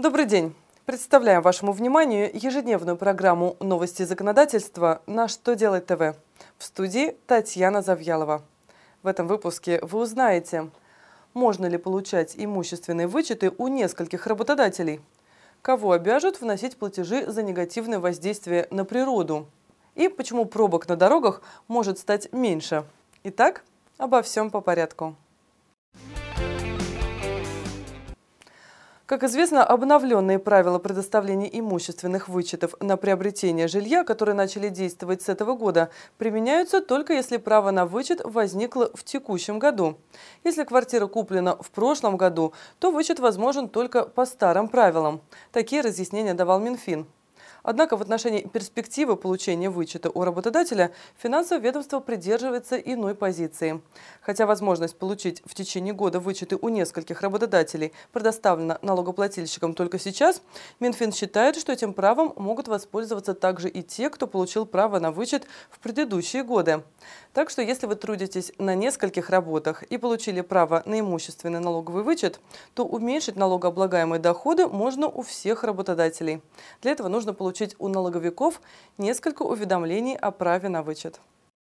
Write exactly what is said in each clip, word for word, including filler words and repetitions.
Добрый день! Представляем вашему вниманию ежедневную программу «Новости законодательства» на «Что делать ТВ». В студии Татьяна Завьялова. В этом выпуске вы узнаете, можно ли получать имущественные вычеты у нескольких работодателей, кого обяжут вносить платежи за негативное воздействие на природу и почему пробок на дорогах может стать меньше. Итак, обо всем по порядку. Как известно, обновленные правила предоставления имущественных вычетов на приобретение жилья, которые начали действовать с этого года, применяются только если право на вычет возникло в текущем году. Если квартира куплена в прошлом году, то вычет возможен только по старым правилам. Такие разъяснения давал Минфин. Однако в отношении перспективы получения вычета у работодателя финансовое ведомство придерживается иной позиции. Хотя возможность получить в течение года вычеты у нескольких работодателей предоставлена налогоплательщикам только сейчас, Минфин считает, что этим правом могут воспользоваться также и те, кто получил право на вычет в предыдущие годы. Так что если вы трудитесь на нескольких работах и получили право на имущественный налоговый вычет, то уменьшить налогооблагаемые доходы можно у всех работодателей. Для этого нужно получить получить у налоговиков несколько уведомлений о праве на вычет.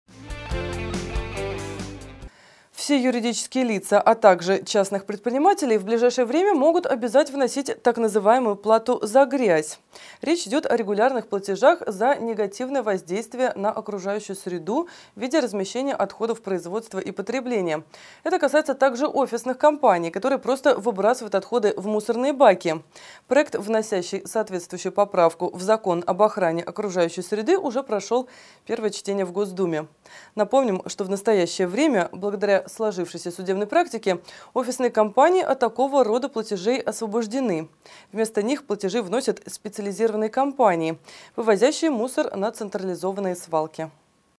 Все юридические лица, а также частных предпринимателей в ближайшее время могут обязать вносить так называемую плату за грязь. Речь идет о регулярных платежах за негативное воздействие на окружающую среду в виде размещения отходов производства и потребления. Это касается также офисных компаний, которые просто выбрасывают отходы в мусорные баки. Проект, вносящий соответствующую поправку в закон об охране окружающей среды, уже прошел первое чтение в Госдуме. Напомним, что в настоящее время, благодаря сложившейся судебной практике, офисные компании от такого рода платежей освобождены. Вместо них платежи вносят специализированные компании, вывозящие мусор на централизованные свалки.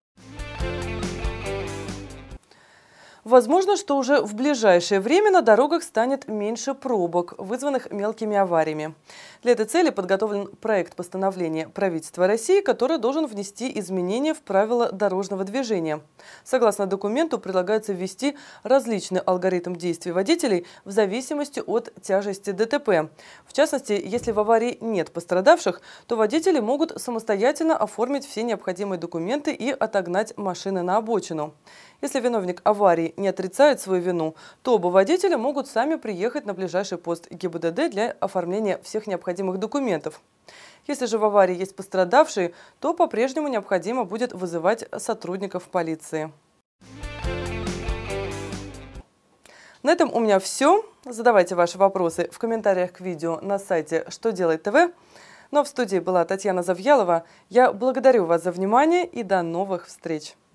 Возможно, что уже в ближайшее время на дорогах станет меньше пробок, вызванных мелкими авариями. Для этой цели подготовлен проект постановления правительства России, который должен внести изменения в правила дорожного движения. Согласно документу, предлагается ввести различный алгоритм действий водителей в зависимости от тяжести ДТП. В частности, если в аварии нет пострадавших, то водители могут самостоятельно оформить все необходимые документы и отогнать машины на обочину. Если виновник аварии не отрицает свою вину, то оба водителя могут сами приехать на ближайший пост ГИБДД для оформления всех необходимых документов. Если же в аварии есть пострадавшие, то по-прежнему необходимо будет вызывать сотрудников полиции. На этом у меня все. Задавайте ваши вопросы в комментариях к видео на сайте «Что делать ТВ». Ну а в студии была Татьяна Завьялова. Я благодарю вас за внимание и до новых встреч!